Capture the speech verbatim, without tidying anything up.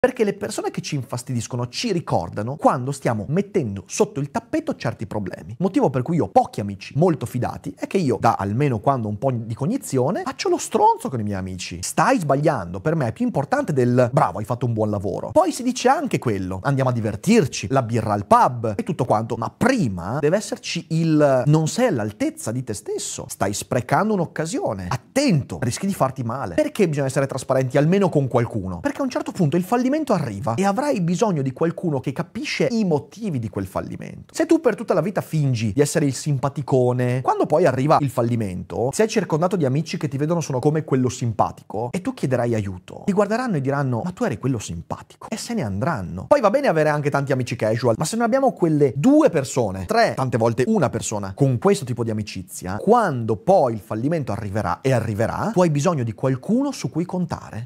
Perché le persone che ci infastidiscono ci ricordano quando stiamo mettendo sotto il tappeto certi problemi. Motivo per cui io ho pochi amici molto fidati è che io, da almeno quando ho un po' di cognizione, faccio lo stronzo con i miei amici. Stai sbagliando, per me è più importante del bravo, hai fatto un buon lavoro. Poi si dice anche quello, andiamo a divertirci, la birra al pub e tutto quanto, ma prima deve esserci il non sei all'altezza di te stesso, stai sprecando un'occasione, attento, rischi di farti male. Perché bisogna essere trasparenti almeno con qualcuno? Perché a un certo punto il fallimento arriva e avrai bisogno di qualcuno che capisce i motivi di quel fallimento. Se tu per tutta la vita fingi di essere il simpaticone, quando poi arriva il fallimento, sei circondato di amici che ti vedono solo come quello simpatico e tu chiederai aiuto, ti guarderanno e diranno ma tu eri quello simpatico e se ne andranno. Poi va bene avere anche tanti amici casual, ma se non abbiamo quelle due persone, tre, tante volte una persona con questo tipo di amicizia, quando poi il fallimento arriverà e arriverà, tu hai bisogno di qualcuno su cui contare.